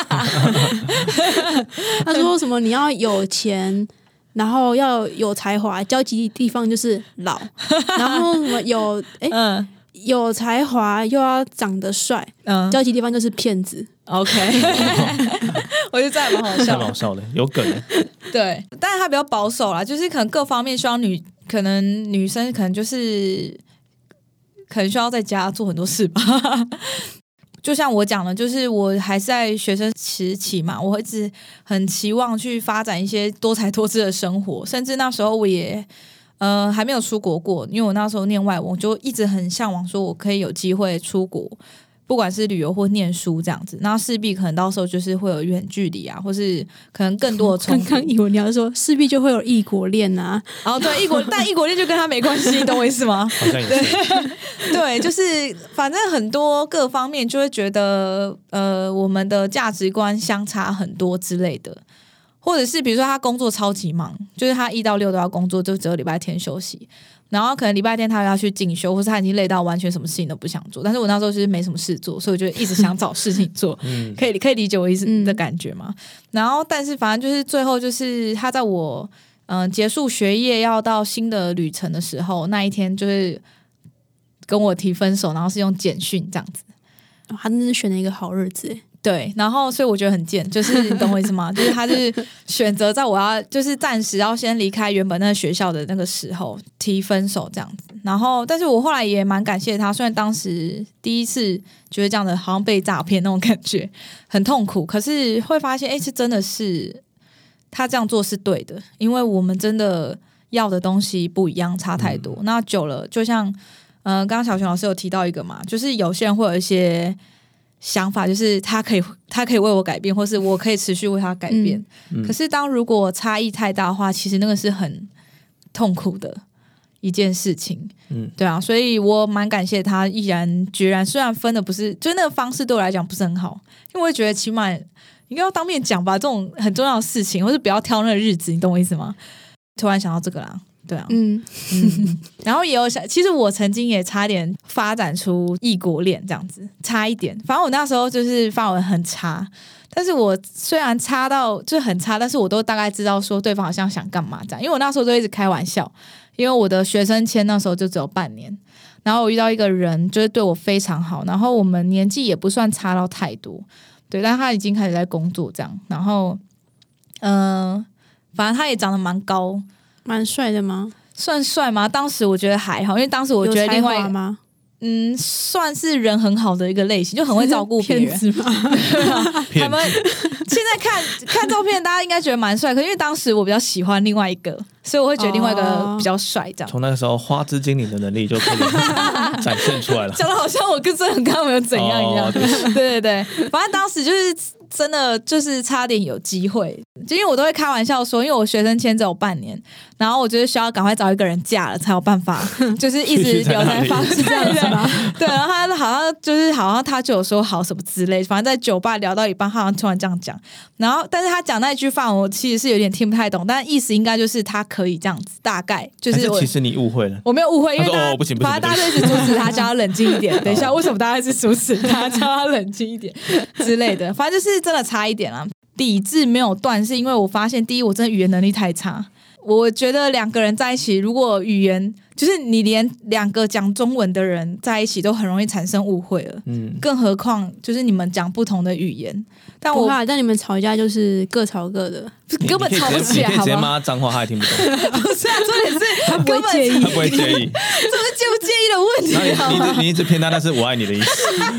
他说什么你要有钱，然后要有才华，交集地方就是老，然后什么有哎。欸”嗯有才华又要长得帅，嗯，交集地方就是骗子。 OK， 我觉得这还蛮好笑， 蛮好笑的，有梗的。 对，但是他比较保守啦，就是可能各方面希望女，可能女生可能就是可能需要在家做很多事吧。就像我讲的，就是我还是在学生时期嘛，我一直很期望去发展一些多才多姿的生活，甚至那时候我也。呃，还没有出国过，因为我那时候念外文，我就一直很向往说我可以有机会出国，不管是旅游或念书这样子，那势必可能到时候就是会有远距离啊，或是可能更多的冲突。 刚刚以为你要说势必就会有异国恋啊， 然后对异国，但异国恋就跟他没关系，你懂我意思吗？ 好像也是。 对，就是反正很多各方面就会觉得，呃，我们的价值观相差很多之类的。或者是比如说他工作超级忙，就是他一到六都要工作，就只有礼拜天休息，然后可能礼拜天他要去进修，或是他已经累到完全什么事情都不想做。但是我那时候就是没什么事做，所以我就一直想找事情做，嗯、可以可以理解我意思的感觉吗？嗯、然后但是反正就是最后就是他在我嗯、呃、结束学业要到新的旅程的时候，那一天就是跟我提分手，然后是用简讯这样子。 哦、他真的选了一个好日子耶。 对，然后所以我觉得很贱，就是你懂我意思吗？就是他是选择在我要就是暂时要先离开原本那个学校的那个时候提分手这样子。然后，但是我后来也蛮感谢他，虽然当时第一次觉得这样的好像被诈骗那种感觉很痛苦，可是会发现，哎，是真的是他这样做是对的，因为我们真的要的东西不一样，差太多。嗯、那久了，就像呃，刚刚小熊老师有提到一个嘛，就是有些人会有一些。想法就是他可以，他可以为我改变，或是我可以持续为他改变。嗯、可是当如果差异太大的话，其实那个是很痛苦的一件事情。嗯，对啊，所以我蛮感谢他毅然决然，虽然分的不是，就是那个方式对我来讲不是很好，因为我会觉得起码应该要当面讲吧，这种很重要的事情，或是不要挑那个日子，你懂我意思吗？突然想到这个啦。对啊，嗯嗯，然后也有想，其实我曾经也差点发展出异国恋这样子，差一点。反正我那时候就是发文很差，但是我虽然差到就很差，但是我都大概知道说对方好像想干嘛这样，因为我那时候都一直开玩笑，因为我的学生签那时候就只有半年，然后我遇到一个人就是对我非常好，然后我们年纪也不算差到太多，对，但他已经开始在工作这样，然后嗯、呃，反正他也长得蛮高。 蛮帅的吗？ 算帅吗？当时我觉得还好，因为当时我觉得另外有才华吗？ 嗯，算是人很好的一个类型，就很会照顾别人。 骗子吗？ 他们现在看看照片，大家应该觉得蛮帅，可是因为当时我比较喜欢另外一个，所以我会觉得另外一个比较帅。这样， 从那个时候花枝精灵的能力就可以展现出来了， 讲的好像我跟郑很刚没有怎样一样。哦、对对对，反正当时就是真的就是差点有机会，就因为我都会开玩笑说，因为我学生签只有半年，然后我觉得需要赶快找一个人嫁了才有办法，就是一直留在方式这样子吗？对，然后他好像就是好像他就有说好什么之类，反正在酒吧聊到一半，他好像突然这样讲，然后但是他讲那句话我其实是有点听不太懂，但意思应该就是他可以这样子，大概就是我其实你误会了， 我没有误会，因为大家、 哦、不行不行， 反正大家就一直阻止他，叫他冷静一点。等一下，为什么大家一直阻止他，叫他冷静一点之类的？反正就是真的差一点啦。理智没有断，是因为我发现，第一，我真的语言能力太差。我觉得两个人在一起，如果语言就是你连两个讲中文的人在一起都很容易产生误会了，嗯，更何况就是你们讲不同的语言。但我怕，但你们吵架就是各吵各的， 根本吵不起来，好吧？ 你可以直接骂他脏话，他也听不懂。 不是啊，重点是他不会介意， 他不会介意， 这是介不介意的问题好吗？ 你你一直骗他，但是我爱你的意思。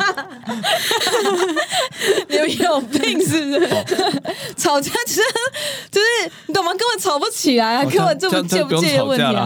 你们有病是不是？哦、吵架就是就是你懂吗？根本吵不起来啊，根本就不介不介意的问题啊。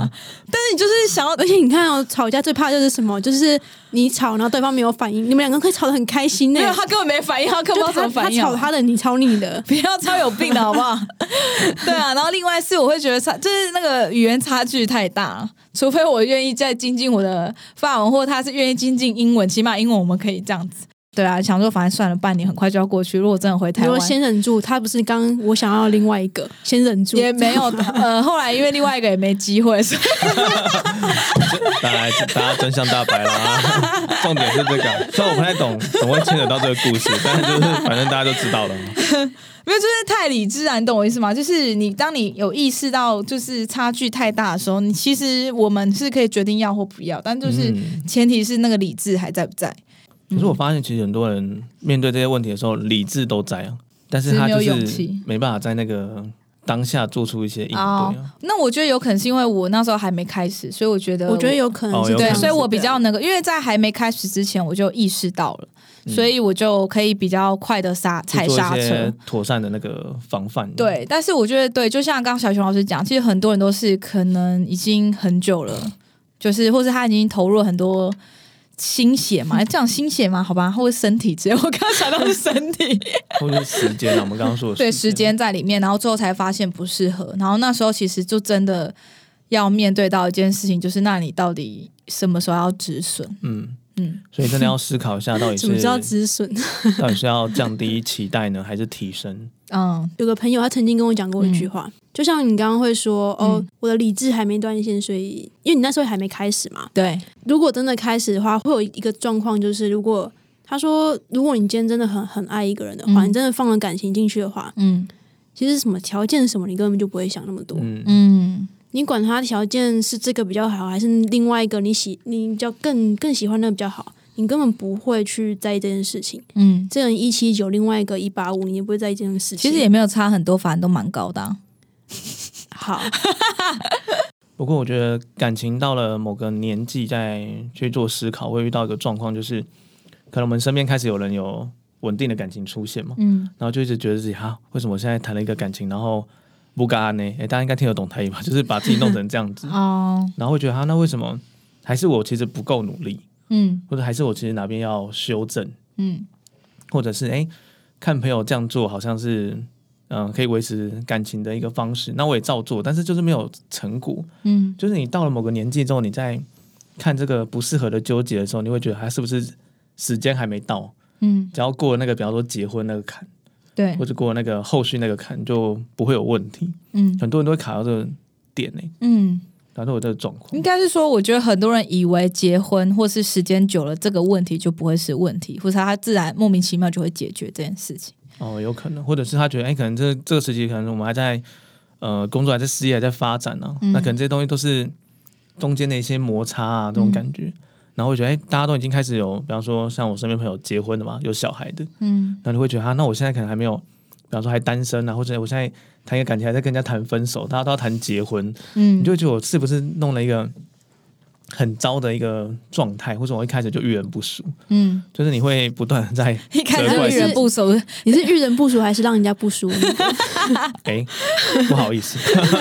但是你就是想要，而且你看哦，吵架最怕就是什么？就是你吵，然后对方没有反应，你们两个可以吵得很开心呢、欸。 没有，他根本没反应，他根本不知道怎么反应。 他吵他的，你吵你的， 不要超有病的好不好？对啊，然后另外是我会觉得差，就是那个语言差距太大，除非我愿意再精进我的法文，或他是愿意精进英文，起码英文我们可以这样子。对啊，想说反正算了，半年很快就要过去。如果真的回台湾， 如果先忍住，他不是刚我想要另外一个，先忍住也没有。呃，后来因为另外一个也没机会，所以大家大家真相大白啦。重点是这个，虽然我不太懂怎么会牵扯到这个故事，但是就是反正大家都知道了。 没有，就是太理智啊，你懂我意思吗？就是你当你有意识到就是差距太大的时候，你其实我们是可以决定要或不要，但就是前提是那个理智还在不在。 可是我发现，其实很多人面对这些问题的时候，理智都在啊，但是他就是没办法在那个当下做出一些应对、啊哦。那我觉得有可能是因为我那时候还没开始，所以我觉得我， 我觉得有可能是对，所以我比较那个，因为在还没开始之前我就意识到了，嗯、所以我就可以比较快的刹踩刹车， 妥善的那个防范。 对，但是我觉得对，就像刚刚小熊老师讲，其实很多人都是可能已经很久了，就是或是他已经投入了很多。心血嘛，这样心血嘛，好吧，或者身体之类，我刚刚想到是身体， 或者是时间啊，我们刚刚说的时对时间在里面，然后最后才发现不适合，然后那时候其实就真的要面对到一件事情，就是那你到底什么时候要止损？嗯嗯，所以真的要思考一下，到底是什么叫止损？ 到底是要降低期待呢，还是提升？ 嗯，有个朋友他曾经跟我讲过一句话。嗯，就像你刚刚会说哦、嗯，我的理智还没断线，所以因为你那时候还没开始嘛。 对， 如果真的开始的话，会有一个状况，就是如果他说，如果你今天真的很很爱一个人的话、嗯，你真的放了感情进去的话，嗯，其实什么条件什么，你根本就不会想那么多。嗯，嗯你管他条件是这个比较好，还是另外一个你喜你比较更更喜欢那个比较好，你根本不会去在意这件事情。嗯，这人一七九，另外一个一八五，你也不会在意这件事情。 其实也没有差很多，反正都蛮高的、啊。 好， 不过我觉得感情到了某个年纪再去做思考，会遇到一个状况，就是可能我们身边开始有人有稳定的感情出现嘛，嗯，然后就一直觉得自己哈，为什么我现在谈了一个感情，然后不干呢？哎，大家应该听得懂台语吧？就是把自己弄成这样子哦，然后会觉得哈，那为什么还是我其实不够努力？嗯，或者还是我其实哪边要修正？嗯，或者是哎，看朋友这样做好像是。嗯，可以维持感情的一个方式，那我也照做，但是就是没有成果。嗯，就是你到了某个年纪之后，你在看这个不适合的纠结的时候，你会觉得还是不是时间还没到？嗯，只要过了那个，比方说结婚那个坎， 对， 或者过了那个后续那个坎，就不会有问题。嗯，很多人都会卡到这个点呢、欸。嗯，卡到我这个状况， 应该是说，我觉得很多人以为结婚或是时间久了，这个问题就不会是问题，或者他自然莫名其妙就会解决这件事情。 哦，有可能，或者是他觉得，哎，可能这这个时期，可能我们还在呃工作，还在事业，还在发展啊、嗯，那可能这些东西都是中间的一些摩擦啊，这种感觉。嗯、然后会觉得，哎，大家都已经开始有，比方说像我身边朋友结婚的嘛，有小孩的，嗯，然后你会觉得，啊，那我现在可能还没有，比方说还单身啊，或者我现在谈一个感情，还在跟人家谈分手，大家都要谈结婚，嗯，你就会觉得我是不是弄了一个很糟的一个状态，或者我一开始就遇人不淑，嗯，就是你会不断的在一开始遇人不淑， 你是遇人不淑还是让人家不淑？ 哎，不好意思，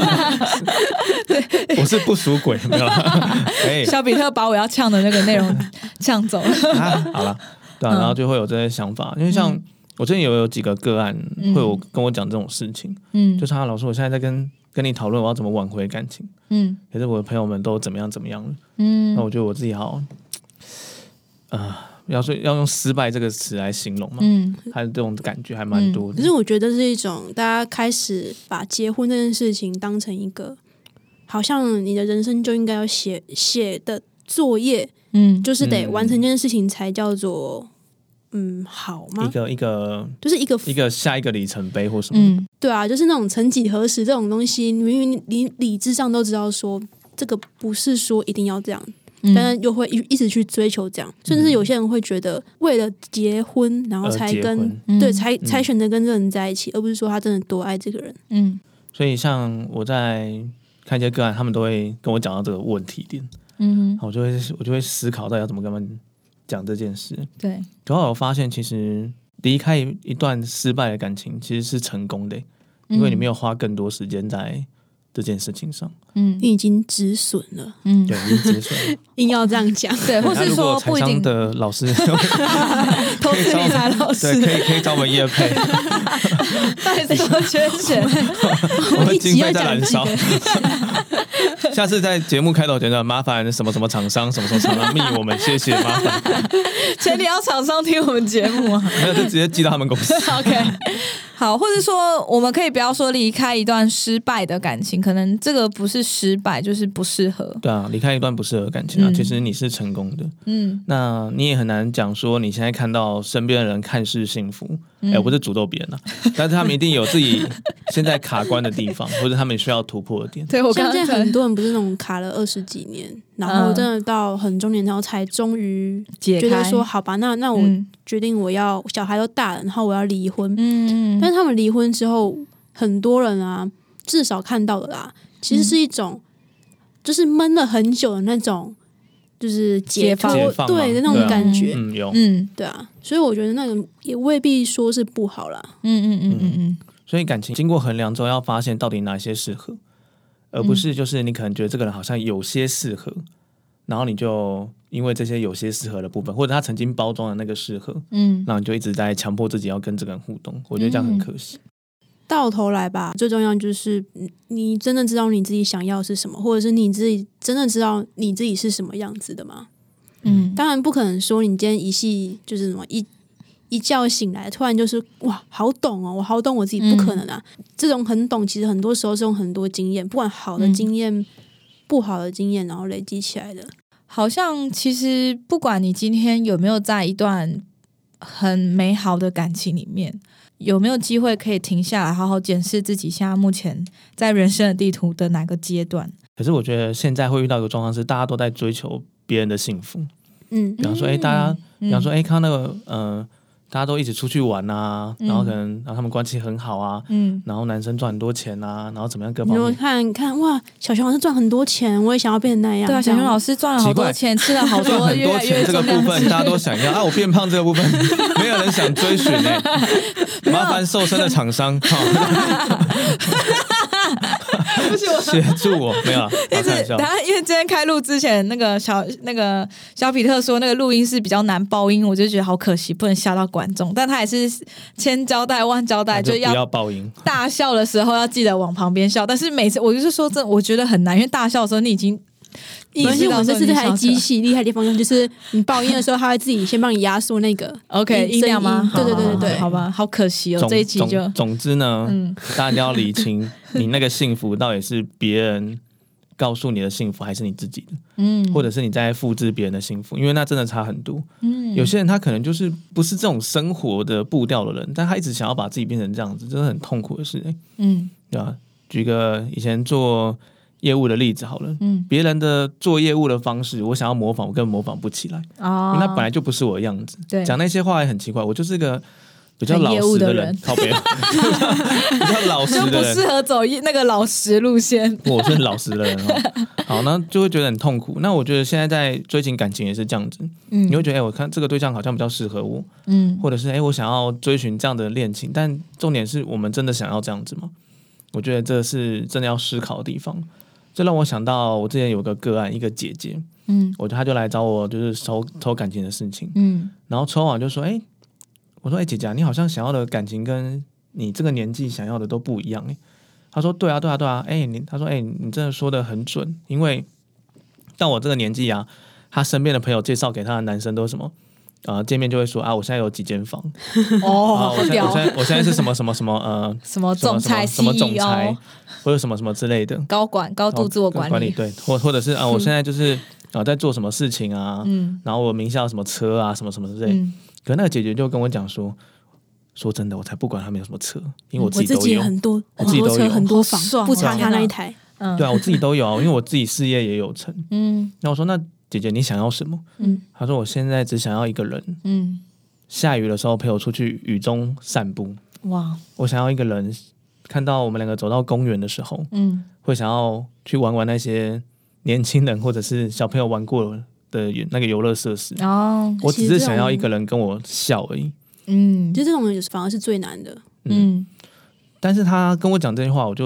我是不淑鬼，没有啦。哎， 小比特把我要呛的那个内容呛走了、 啊。好了，对啊、嗯，然后就会有这些想法，因为像我最近有有几个个案会有跟我讲这种事情，嗯，就是他老师，我现在在跟。跟你讨论我要怎么挽回感情，嗯，可是我的朋友们都怎么样怎么样了，嗯，那我觉得我自己好，呃，要说要用失败这个词来形容嘛，嗯，还有这种感觉还蛮多的、 嗯。可是我觉得是一种大家开始把结婚这件事情当成一个，好像你的人生就应该要写写的作业，嗯，就是得完成这件事情才叫做。嗯，好吗？ 一个一个就是一个一个下一个里程碑或什么的、嗯， 对啊，就是那种曾几何时这种东西，明明理理智上都知道说这个不是说一定要这样，嗯、但是又会一直去追求这样，甚至是有些人会觉得为了结婚，然后才跟、呃、对才、嗯、才选择跟这个人在一起，而不是说他真的多爱这个人。嗯， 所以像我在看一些个案，他们都会跟我讲到这个问题点，嗯，我就会我就会思考到底要怎么跟他们。讲这件事， 对， 然后我发现其实离开一段失败的感情其实是成功的，因为你没有花更多时间在这件事情上。 嗯，你已经止损了。 嗯， 对，已经止损了。 硬要这样讲， 对，或是说不一定的老师， 投资理财老师， 对，可以可以找我们业配。 到底怎么缺钱？ 我们经费在燃烧。下次在节目开头讲讲，麻烦什么什么厂商，什么什么厂商密我们，谢谢，麻烦。 前提要厂商听我们节目啊， 没有就直接寄到他们公司。 OK， 好，或者说我们可以不要说离开一段失败的感情，可能这个不是失败，就是不适合。 对啊，离开一段不适合的感情啊，嗯、其实你是成功的。嗯，那你也很难讲说你现在看到身边的人看似幸福，哎、嗯，我不是诅咒别人啊，但是他们一定有自己现在卡关的地方，或者他们需要突破的点。 对，我看见很多人不是那种卡了二十几年，然后真的到很中年，然后才终于觉得说，好吧，那那我决定我要、嗯、小孩都大了，然后我要离婚。嗯，但是他们离婚之后，很多人啊，至少看到的啦，其实是一种、嗯、就是闷了很久的那种，就是解脱， 解放对的那种感觉。 嗯，有， 嗯，对啊，所以我觉得那个也未必说是不好啦。 嗯嗯嗯嗯嗯。 所以感情经过衡量之后，要发现到底哪些适合，而不是就是你可能觉得这个人好像有些适合，然后你就因为这些有些适合的部分，或者他曾经包装的那个适合，嗯，然后你就一直在强迫自己要跟这个人互动，我觉得这样很可惜。 嗯、到头来吧，最重要就是你真的知道你自己想要是什么，或者是你自己真的知道你自己是什么样子的吗？嗯，当然不可能说你今天一系就是什么一。一觉醒来突然就是哇好懂哦，我好懂我自己，不可能啊、嗯、这种很懂其实很多时候是用很多经验，不管好的经验、嗯、不好的经验然后累积起来的。 好像其实不管你今天有没有在一段很美好的感情里面，有没有机会可以停下来好好检视自己现在目前在人生的地图的哪个阶段。 可是我觉得现在会遇到一个状况是大家都在追求别人的幸福。嗯，比方说哎、欸，大家、嗯、比方说哎、欸，看到那个呃大家都一起出去玩啊，然后可能然后他们关系很好啊，嗯，然后男生赚很多钱啊，然后怎么样各方面。 你看看哇，小熊老师赚很多钱，我也想要变成那样。 对啊，小熊老师赚了好多钱，吃了好多， 很多钱这个部分大家都想要啊。我变胖这个部分没有人想追寻哎、欸，麻烦瘦身的厂商。 不是我协助我没有， 一直等下，因为今天开录之前，那个小那个小比特说那个录音室比较难爆音，我就觉得好可惜，不能吓到观众。但他还是千交代万交代， 就要不要爆音。大笑的时候要记得往旁边笑，但是每次我就是说这我觉得很难，因为大笑的时候你已经。 而且我们这是这台机器厉害的地方，就是你爆音的时候，它会自己先帮你压缩那个 OK 音量吗？ 对对对对对， 好吧，好可惜哦，这一集就总, 总之呢，嗯，大家要理清你那个幸福到底是别人告诉你的幸福，还是你自己的，嗯，或者是你在复制别人的幸福，因为那真的差很多。嗯，有些人他可能就是不是这种生活的步调的人，但他一直想要把自己变成这样子，真的很痛苦的事、欸。嗯，对吧？举个以前做业务的例子好了，嗯，别人的做业务的方式，我想要模仿，我根本模仿不起来，哦，因为他本来就不是我的样子，对，讲那些话也很奇怪，我就是个比较老实的人，靠北，比较老实的人， 就不适合走那个老实路线。 我是老实的人哦，好，那就会觉得很痛苦。那我觉得现在在追寻感情也是这样子，嗯，你会觉得，哎、欸，我看这个对象好像比较适合我，嗯，或者是哎、欸，我想要追寻这样的恋情，但重点是我们真的想要这样子吗？我觉得这是真的要思考的地方。这让我想到，我之前有个个案，一个姐姐，嗯，我她就来找我，就是抽抽感情的事情，嗯，然后抽完就说，哎、欸，我说，哎、欸，姐姐，你好像想要的感情跟你这个年纪想要的都不一样，哎，她说，对啊，对啊，对啊，哎、欸，你，她说，哎、欸，你真的说的很准，因为到我这个年纪啊，她身边的朋友介绍给她的男生都是什么？呃，见面就会说啊，我现在有几间房哦， 啊、我, 现在我现在我现在是什么什么什么呃什么总裁什么总裁或者什么什么之类的高管高度自我管理， 管理对，或或者是啊、呃，我现在就是啊、呃、在做什么事情啊，嗯，然后我名下有什么车啊，什么什么之类的。嗯、可那个姐姐就跟我讲说，说真的，我才不管他们有什么车，因为我自己都有， 我自己很多我自己都有很多车很多房，不差他那一台。 嗯，对啊，我自己都有，因为我自己事业也有成。嗯，那我说那姐姐你想要什么？嗯，她说我现在只想要一个人。嗯。下雨的时候陪我出去雨中散步。哇！我想要一个人，看到我们两个走到公园的时候，嗯，会想要去玩玩那些年轻人或者是小朋友玩过的那个游乐设施。哦，我只是想要一个人跟我笑而已。 嗯，就这种人反而是最难的。 嗯，但是他跟我讲这句话，我就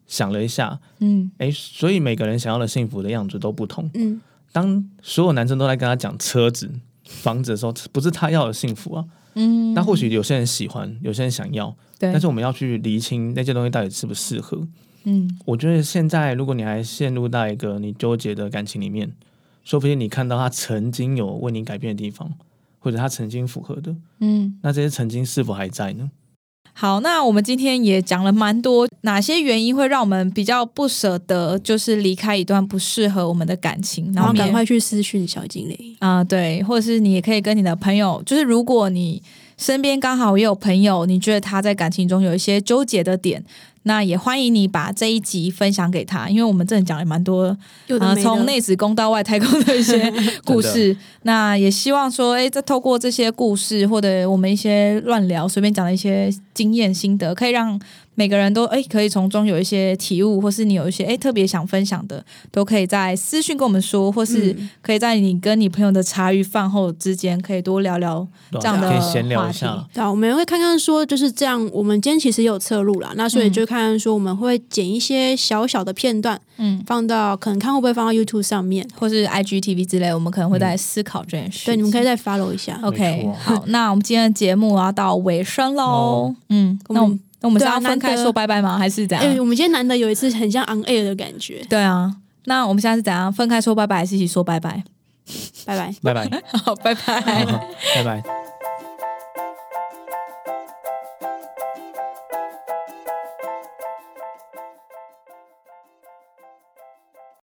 想了一下， 嗯， 哎，所以每个人想要的幸福的样子都不同。 嗯， 当所有男生都在跟他讲车子、房子的时候，不是他要的幸福啊。嗯，那或许有些人喜欢，有些人想要， 对， 但是我们要去厘清那些东西到底适不适合。 嗯， 我觉得现在如果你还陷入到一个你纠结的感情里面，说不定你看到他曾经有为你改变的地方，或者他曾经符合的，嗯，那这些曾经是否还在呢？ 好，那我们今天也讲了蛮多，哪些原因会让我们比较不舍得，就是离开一段不适合我们的感情， 然后赶快去私讯小精灵啊、呃，对，或者是你也可以跟你的朋友，就是如果你身边刚好也有朋友，你觉得他在感情中有一些纠结的点，那也欢迎你把这一集分享给他，因为我们真的讲了蛮多呃，从内子宫到外太空的一些故事那也希望说哎，再透过这些故事或者我们一些乱聊随便讲的一些经验心得，可以让每个人都哎可以从中有一些体悟，或是你有一些哎特别想分享的，都可以在私讯跟我们说，或是可以在你跟你朋友的茶余饭后之间可以多聊聊这样的话题， 可以闲聊一下。 对，我们会看看说就是这样，我们今天其实有侧录啦，那所以就看看说我们会剪一些小小的片段，嗯，放到可能看会不会放到 YouTube 上面， 或是 I G T V 之类，我们可能会在思考这件事、嗯。 对，你们可以再 follow 一下。 OK， 好，那我们今天的节目要到尾声喽、哦。嗯，那我们那我们是要分开说拜拜吗？还是怎样？ 欸、我们今天难得有一次很像 on air 的感觉。 对啊，那我们现在是怎样？分开说拜拜，还是一起说拜拜？ 拜拜， 拜拜， 好，拜拜， 拜拜。